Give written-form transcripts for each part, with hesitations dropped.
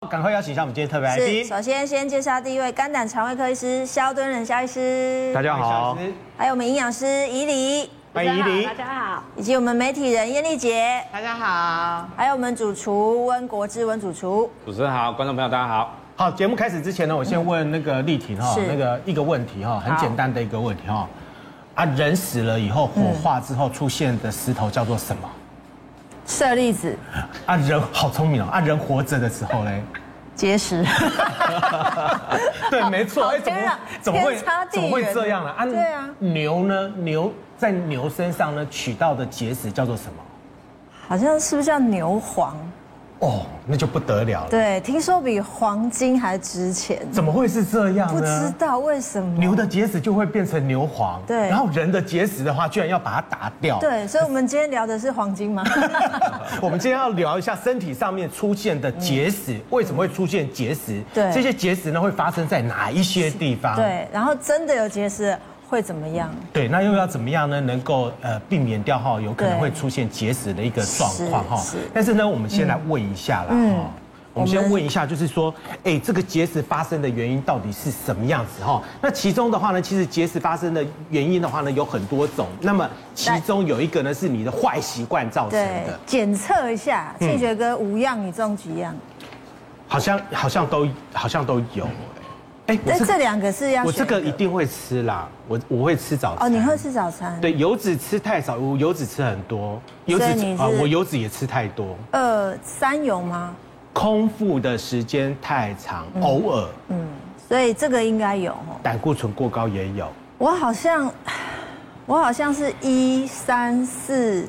赶快邀请一下我们今天特别来宾。 首先介绍第一位肝胆肠胃科医师萧敦仁萧医师， 大家好。 还有我们营养师怡梨， 欢迎怡梨， 大家好。 以及我们媒体人燕丽姐， 大家好。 还有我们主厨温国志温主厨。 主持人好，观众朋友大家好。 好，节目开始之前呢，我先问那个丽婷哈，那个一个问题哈，很简单的一个问题哈。人死了以后火化之后出现的石头叫做什么？ 舍利子。 人好聪明哦。人活着的时候嘞？ 结石。 对，没错。怎么会这样呢？ 对啊。 牛呢？在牛身上呢取到的结石叫做什么？ 好像是不是叫牛黄？ 哦，那就不得了了。 对，听说比黄金还值钱。 怎么会是这样呢？ 不知道为什么。 牛的结石就会变成牛黄， 对。 然后人的结石的话，居然要把它打掉。 对，所以我们今天聊的是黄金吗？ 我们今天要聊一下身体上面出现的结石，为什么会出现结石？ 对， 这些结石呢会发生在哪一些地方？ 对，然后真的有结石会怎么样？ 对，那又要怎么样呢？能够避免掉哈，有可能会出现结石的一个状况哈。但是呢，我们先来问一下啦哈。我们先问一下，就是说，这个结石发生的原因到底是什么样子哈？那其中的话呢，其实结石发生的原因的话呢，有很多种。那么其中有一个呢，是你的坏习惯造成的。 检测一下，庆学哥5样，你中几样？ 好像都有。 那这2个是要我这个一定会吃啦，我会吃早餐。 哦，你会吃早餐？ 对，油脂吃太少，我油脂吃很多。我油脂也吃太多。 3有吗？ 空腹的时间太长，偶尔。 所以这个应该有。 胆固醇过高也有。 我好像是134。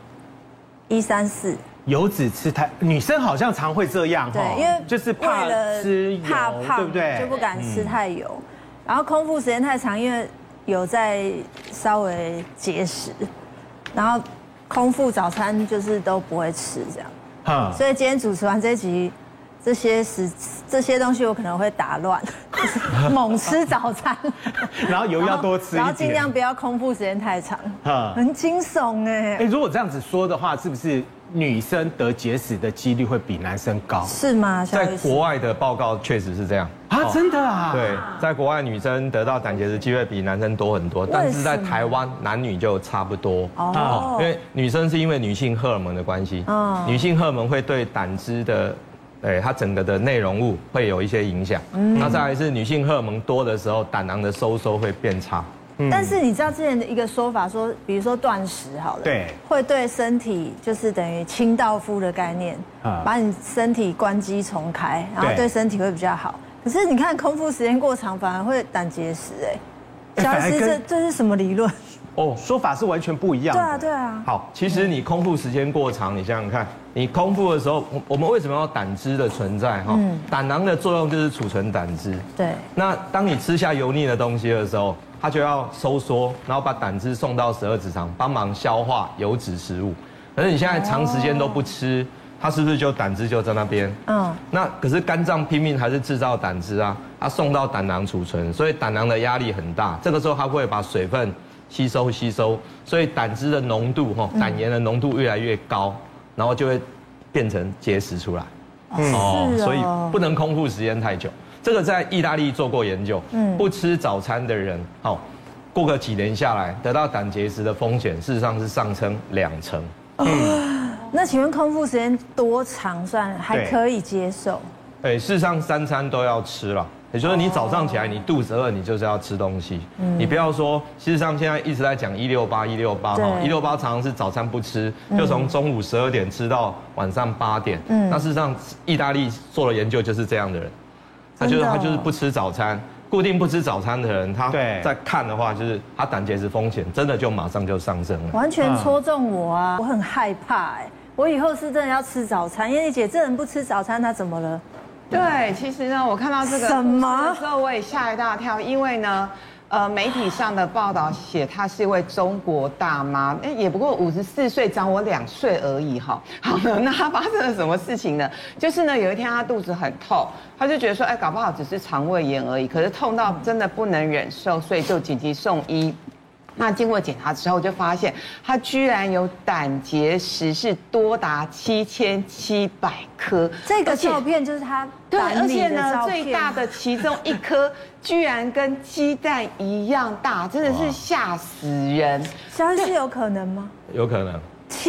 油脂吃太，女生好像常会这样哈， 对，因为就是怕吃油， 怕胖， 对不对？ 就不敢吃太油。然后空腹时间太长，因为有在稍微节食，然后空腹早餐就是都不会吃这样。所以今天主持完这一集，这些东西我可能会打乱，猛吃早餐， 然后油要多吃一点， 然后尽量不要空腹时间太长，很惊悚哎。 如果这样子说的话，是不是女生得结石的几率会比男生高？ 是吗？ 在国外的报告确实是这样啊，真的啊？ 对，在国外女生得到胆结石机会比男生多很多，但是在台湾男女就差不多哦，因为女生是因为女性荷尔蒙的关系，女性荷尔蒙会对胆汁的。它整个的内容物会有一些影响。那再来是女性荷尔蒙多的时候，胆囊的收缩会变差。 但是你知道之前的一个说法说，比如说断食好了， 对， 会对身体就是等于清道夫的概念，把你身体关机重开，然后对身体会比较好。可是你看空腹时间过长，反而会胆结石萧医师，这是什么理论？ 说法是完全不一样的。 对啊。 好，其实你空腹时间过长，你想想看，你空腹的时候，我们为什么要胆汁的存在？胆囊的作用就是储存胆汁。 对。 那当你吃下油腻的东西的时候，它就要收缩，然后把胆汁送到12指肠，帮忙消化油脂食物。可是你现在长时间都不吃，它是不是就胆汁就在那边？那可是肝脏拼命还是制造胆汁啊，它送到胆囊储存，所以胆囊的压力很大。这个时候它会把水分吸收，所以胆汁的浓度胆盐的浓度越来越高，然后就会变成结石出来。所以不能空腹时间太久。这个在意大利做过研究，不吃早餐的人，过个几年下来，得到胆结石的风险事实上是上升2成。 那请问空腹时间多长算还可以接受？ 事实上3餐都要吃了。也就是你早上起来，你肚子饿，你就是要吃东西。你不要说，事实上现在一直在讲168，168常常是早餐不吃，就从中午12点吃到晚上8点。那事实上，意大利做了研究就是这样的人，他就是不吃早餐，固定不吃早餐的人，他在看的话，就是他胆结石风险真的就马上就上升了。 完全戳中我啊！我很害怕我以后是真的要吃早餐。燕丽姐，这人不吃早餐，他怎么了？ 对，其实呢，我看到这个什么的时候，我也吓一大跳，因为呢，媒体上的报道写她是一位中国大妈，也不过54岁，长我2岁而已哈。好了，那她发生了什么事情呢？就是呢，有一天她肚子很痛，她就觉得说，搞不好只是肠胃炎而已，可是痛到真的不能忍受，所以就紧急送医。 那经过检查之后，就发现他居然有胆结石，是多达7700颗。 这个照片就是他对，而且呢， 最大的其中一颗居然跟鸡蛋一样大，真的是嚇死人。 肖医师有可能吗？ 有可能。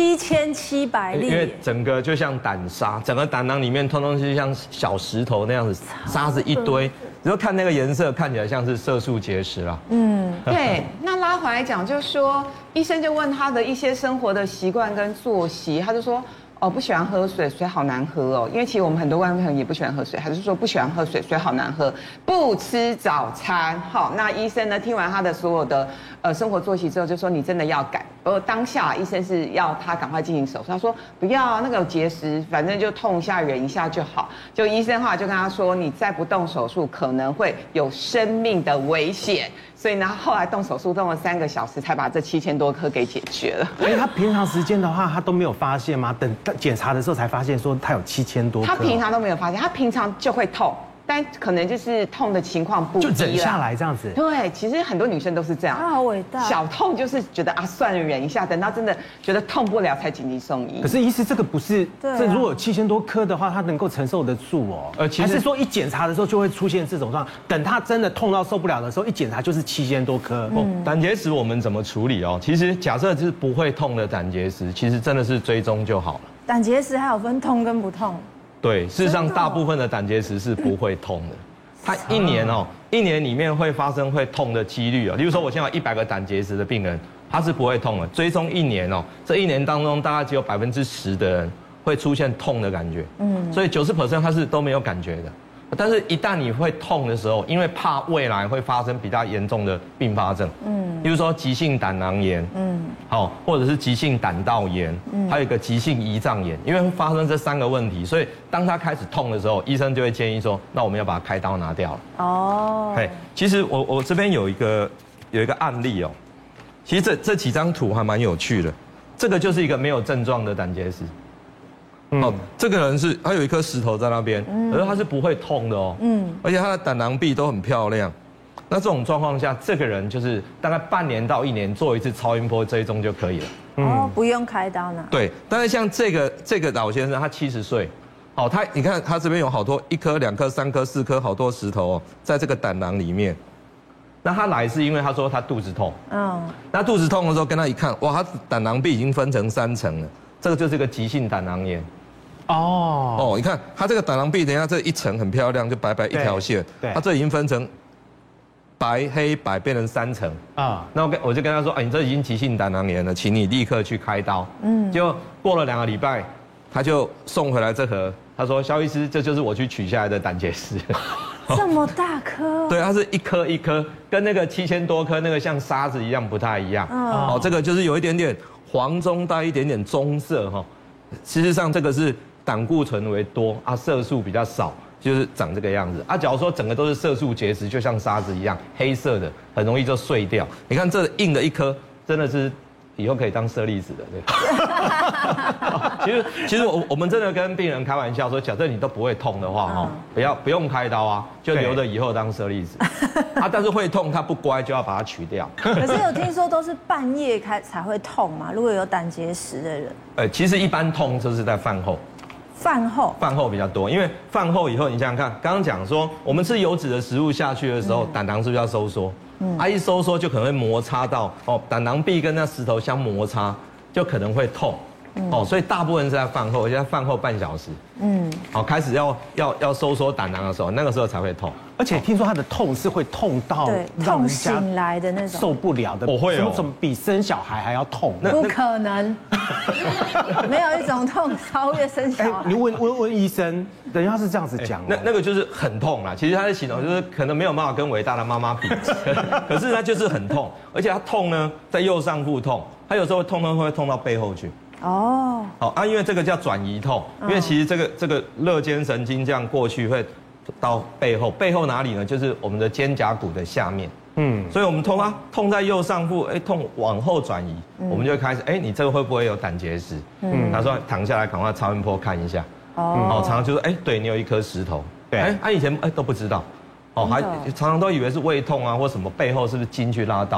7700粒， 因为整个就像胆沙，整个胆囊里面通通是像小石头那样子，沙子一堆。只要看那个颜色，看起来像是色素结石啦。 对。那拉回来讲，就是说医生就问他的一些生活的习惯跟作息，他就说。不喜欢喝水，水好难喝哦。因为其实我们很多观众朋友也不喜欢喝水，还是说不喜欢喝水，水好难喝。不吃早餐，好，那医生呢听完他的所有的生活作息之后，就说你真的要改。当下医生是要他赶快进行手术，他说不要那个有结石，反正就痛一下忍一下就好。就医生后来就跟他说，你再不动手术，可能会有生命的危险。所以呢，后来动手术动了3个小时，才把这7000多颗给解决了。 他平常时间的话，他都没有发现吗？等检查的时候才发现说他有7000多颗。 他平常都没有发现，他平常就会痛。但可能就是痛的情况不一， 就忍下来这样子。 对，其实很多女生都是这样。 她好伟大。小痛就是觉得算了忍一下，等到真的觉得痛不了才紧急送医。 可是医师这个不是，这如果有7000多颗的话，他能够承受得住哦。还是说一检查的时候就会出现这种状况？等他真的痛到受不了的时候，一检查就是7000多颗。 胆结石我们怎么处理哦？其实假设就是不会痛的胆结石，其实真的是追踪就好了。 胆结石还有分痛跟不痛。 对，事实上大部分的胆结石是不会痛的。它一年里面会发生会痛的几率哦。例如说，我现在有100个胆结石的病人，他是不会痛的。追踪1年哦，这1年当中大概只有10%的人会出现痛的感觉。所以90% 他是都没有感觉的。但是，一旦你会痛的时候，因为怕未来会发生比较严重的并发症，例如说急性胆囊炎，或者是急性胆道炎，还有一个急性胰脏炎，因为会发生这3个问题，所以当他开始痛的时候，医生就会建议说，那我们要把它开刀拿掉了。其实我这边有一个案例哦，其实这几张图还蛮有趣的，这个就是一个没有症状的胆结石。这个人他有一颗石头在那边，可是他是不会痛的哦。而且他的胆囊壁都很漂亮。那这种状况下，这个人就是大概半年到1年做一次超音波追踪就可以了。 不用开刀呢。 对，但是像这个老先生，他70岁，你看他这边有好多1颗、2颗、3颗、4颗，好多石头哦，在这个胆囊里面。那他来是因为他说他肚子痛。那肚子痛的时候跟他一看，哇，他胆囊壁已经分成3层了，这个就是个急性胆囊炎。你看它这个胆囊壁，等一下这一层很漂亮，就白白一条线。它这已经分成白、黑、白，变成3层啊。那我就跟他说，你这已经急性胆囊炎了，请你立刻去开刀。就过了2个礼拜，他就送回来这盒。他说，肖医师，这就是我去取下来的胆结石。 这么大颗？ 对，它是一颗一颗，跟那个7000多颗那个像沙子一样不太一样。这个就是有一点点黄中带一点点棕色哈。事实上，这个是胆固醇为多色素比较少，就是长这个样子。假如说整个都是色素结石，就像沙子一样黑色的，很容易就碎掉。你看这硬的一颗，真的是以后可以当舍利子的。对。其实我们真的跟病人开玩笑说，假设你都不会痛的话，不用开刀就留着以后当舍利子。但是会痛，他不乖就要把它取掉。 可是有听说都是半夜才会痛嘛？如果有胆结石的人。 其实一般痛就是在饭后。 饭后比较多，因为饭后以后，你想想看，刚刚讲说我们吃油脂的食物下去的时候，胆囊是不是要收缩？一收缩就可能会摩擦到胆囊壁跟那石头相摩擦，就可能会痛。所以大部分是在饭后，而且在饭后半小时。开始要收缩胆囊的时候，那个时候才会痛。 而且听说他的痛是会痛到痛醒来的那种， 受不了的。 会怎么比生小孩还要痛？ 不可能，没有一种痛超越生小孩。 你问医生，人家是这样子讲。 那个就是很痛啦。其实他的形容就是可能没有办法跟伟大的妈妈比，可是他就是很痛，而且他痛呢在右上腹痛，他有时候会痛到背后去。因为这个叫转移痛，因为其实这个肋间神经这样过去会到背后哪里呢？就是我们的肩胛骨的下面。所以我们痛在右上腹，痛往后转移，我们就会开始，你这个会不会有胆结石？他说躺下来，赶快超音波看一下。常常就说，对你有一颗石头。对，以前都不知道，还常常都以为是胃痛或什么背后是不是筋去拉到了。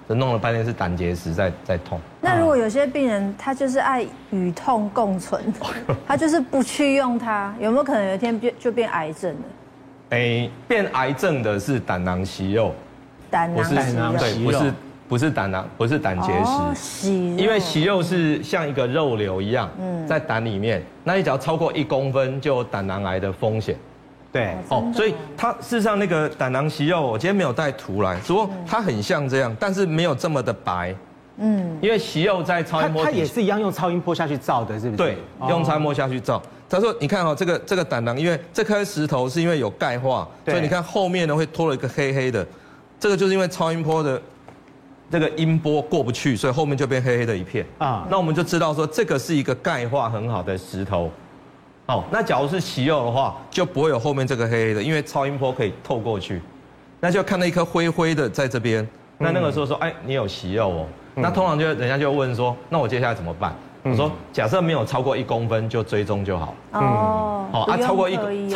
这弄了半天是胆结石在痛。 那如果有些病人他就是爱与痛共存，他就是不去用它，有没有可能有一天就变癌症了？ 变癌症的是胆囊息肉， 胆囊息肉， 对，不是胆囊，不是胆结石，因为息肉是像一个肉瘤一样，在胆里面，那你只要超过1公分就有胆囊癌的风险。 对， 所以它事实上那个胆囊息肉，我今天没有带图来，只不过它很像这样，但是没有这么的白。因为息肉在超音波， 它也是一样用超音波下去照的，是不是？ 对，用超音波下去照。他说：“你看这个胆囊，因为这颗石头是因为有钙化，所以你看后面呢会拖了一个黑黑的，这个就是因为超音波的这个音波过不去，所以后面就变黑黑的一片啊。那我们就知道说这个是一个钙化很好的石头。那假如是息肉的话，就不会有后面这个黑黑的，因为超音波可以透过去，那就看到一颗灰灰的在这边。那个时候说，你有息肉哦，那通常人家就问说，那我接下来怎么办？”我说，假设没有超过1公分就追踪就好。超过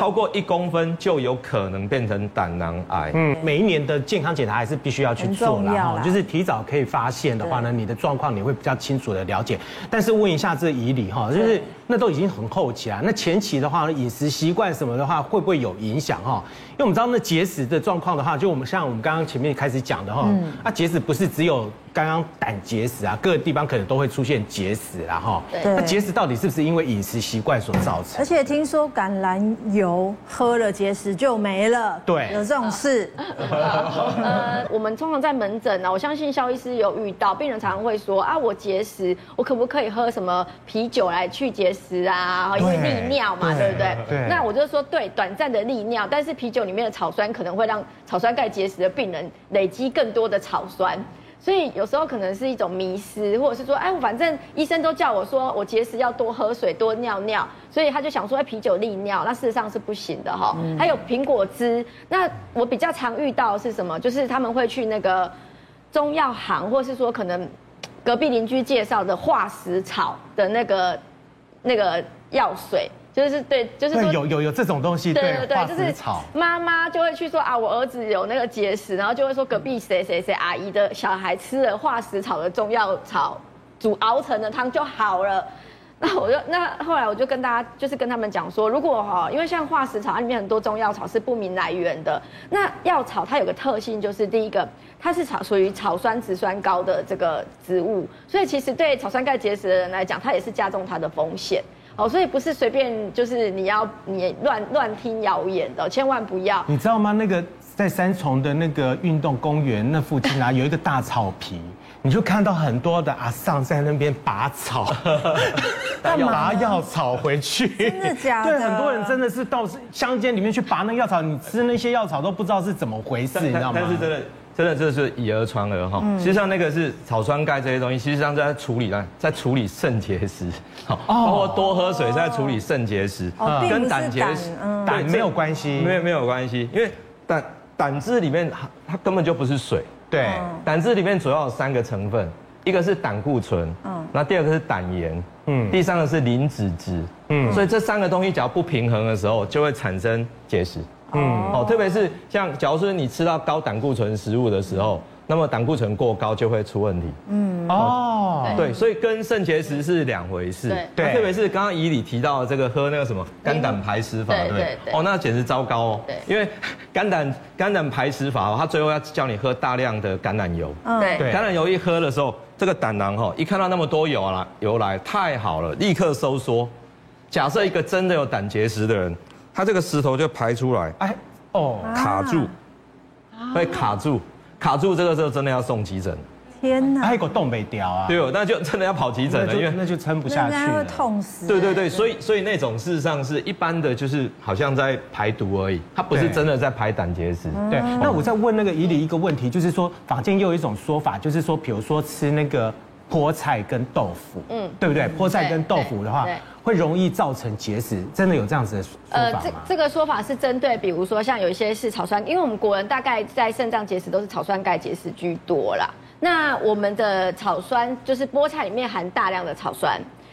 1公分就有可能变成胆囊癌。 每一年的健康检查还是必须要去做啦，就是提早可以发现的话呢，你的状况你会比较清楚的了解。但是问一下这以理哈，就是那都已经很后期了，那前期的话，饮食习惯什么的话，会不会有影响哈？因为我们知道那结石的状况的话，就像我们刚刚前面开始讲的哈，结石不是只有刚刚胆结石啊，各个地方可能都会出现结石啦哈。那结石到底是不是因为饮食习惯所造成？ 而且听说橄榄油喝了结石就没了， 对， 有这种事。 我们通常在门诊啊，我相信肖医师有遇到病人常常会说啊，我结石，我可不可以喝什么啤酒来去结石啊？因为利尿嘛，对不对？ 对。 那我就说对，短暂的利尿，但是啤酒里面的草酸可能会让草酸钙结石的病人累积更多的草酸。所以有时候可能是一种迷思，或者是说，反正医生都叫我说我结石要多喝水、多尿尿，所以他就想说，啤酒利尿，那事实上是不行的哈。还有苹果汁，那我比较常遇到的是什么？就是他们会去那个中药行，或是说可能隔壁邻居介绍的化石草的那个药水。就是对，就是说有这种东西，对，就是妈妈就会去说我儿子有那个结石，然后就会说隔壁谁阿姨的小孩吃了化石草的中药草熬成的汤就好了。那后来我就跟大家就是跟他们讲说，如果因为像化石草它里面很多中药草是不明来源的，那药草它有个特性就是第一个它是属于草酸植酸高的这个植物，所以其实对草酸钙结石的人来讲，它也是加重它的风险。所以不是随便就是你乱听谣言的，千万不要。 你知道吗？那个在三重的那个运动公园那附近啊，有一个大草皮，你就看到很多的阿桑在那边拔草，拔药草回去。 真的假的？ 对，很多人真的是到乡间里面去拔那个药草，你吃那些药草都不知道是怎么回事，你知道吗？ 但是真的这是以讹传讹哈。实际上那个是草酸钙这些东西，实际上在处理肾结石，包括多喝水在处理肾结石， 跟胆结石胆没有关系， 没有关系，因为胆汁里面它根本就不是水， 对， 胆汁里面主要有3个成分，一个是胆固醇，那第2个是胆盐，第3个是磷脂质，所以这3个东西只要不平衡的时候，就会产生结石。特别是像假如说你吃到高胆固醇食物的时候，那么胆固醇过高就会出问题。对，所以跟肾结石是2回事。对，特别是刚刚以理提到的这个喝那个什么肝胆排石法，对，那简直糟糕哦。因为肝胆排石法，它最后要叫你喝大量的橄榄油。对，橄榄油一喝的时候，这个胆囊一看到那么多油来，太好了，立刻收缩。假设一个真的有胆结石的人，他这个石头就排出来，卡住，会卡住，这个时候真的要送急诊。 天哪！ 还有个洞没掉啊！ 对，那就真的要跑急诊了，因为那就撑不下去了， 会痛死。 对，所以那种事实上是一般的，就是好像在排毒而已，它不是真的在排胆结石。 对，那我再问那个以理一个问题，就是说坊间又有一种说法，就是说，比如说吃那个菠菜跟豆腐，对不对？菠菜跟豆腐的话，会容易造成结石，真的有这样子的说法吗？ 这个说法是针对，比如说像有一些是草酸，因为我们国人大概在肾脏结石都是草酸钙结石居多啦。那我们的草酸就是菠菜里面含大量的草酸，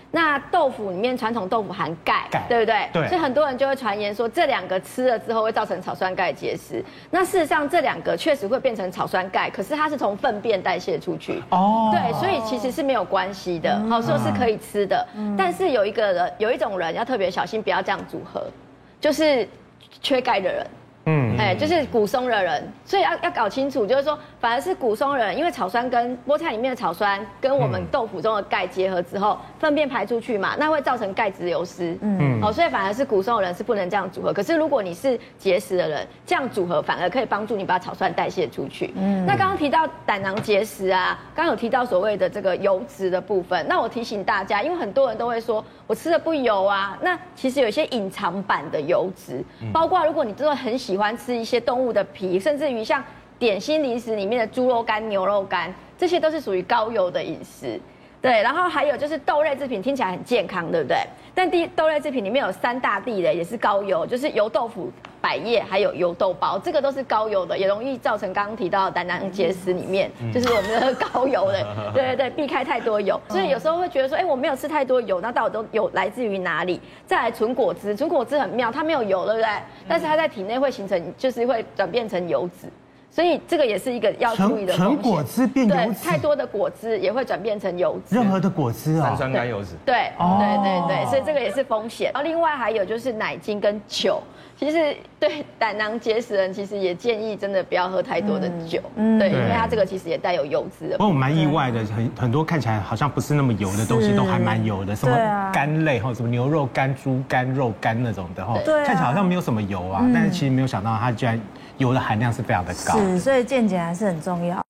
那豆腐里面传统豆腐含钙，对不对？ 对。 所以很多人就会传言说，这2个吃了之后会造成草酸钙结石。那事实上，这2个确实会变成草酸钙，可是它是从粪便代谢出去。哦。对，所以其实是没有关系的，好，所以是可以吃的。但是有一种人要特别小心，不要这样组合，就是缺钙的人。就是骨松的人，所以要搞清楚，就是说，反而是骨松的人，因为草酸跟菠菜里面的草酸跟我们豆腐中的钙结合之后，粪便排出去嘛，那会造成钙质流失。所以反而是骨松的人是不能这样组合。可是如果你是结石的人，这样组合反而可以帮助你把草酸代谢出去。那刚刚提到胆囊结石啊，刚刚有提到所谓的这个油脂的部分，那我提醒大家，因为很多人都会说我吃的不油啊，那其实有一些隐藏版的油脂，包括如果你真的很喜欢吃一些动物的皮，甚至于像点心零食里面的猪肉干、牛肉干，这些都是属于高油的饮食。对，然后还有就是豆类制品，听起来很健康，对不对？但豆类制品里面有3大地雷，也是高油，就是油豆腐、百叶还有油豆包，这个都是高油的，也容易造成刚刚提到的胆囊结石里面，就是我们的高油的。对，避开太多油。所以有时候会觉得说，我没有吃太多油，那到底都有来自于哪里？再来纯果汁，纯果汁很妙，它没有油，对不对？但是它在体内会形成，就是会转变成油脂。所以这个也是一个要注意的风险。 纯果汁变油脂， 太多的果汁也会转变成油脂。 任何的果汁三酸甘油脂。 对，所以这个也是风险。然后另外还有就是奶精跟酒，其实对胆囊结石人其实也建议真的不要喝太多的酒，对，因为它这个其实也带有油脂的。 不过我蛮意外的，很多看起来好像不是那么油的东西都还蛮油的，什么肝类什么牛肉干、猪肝、肉干那种的看起来好像没有什么油啊，但是其实没有想到它居然油的含量是非常的高。 是，所以健检还是很重要。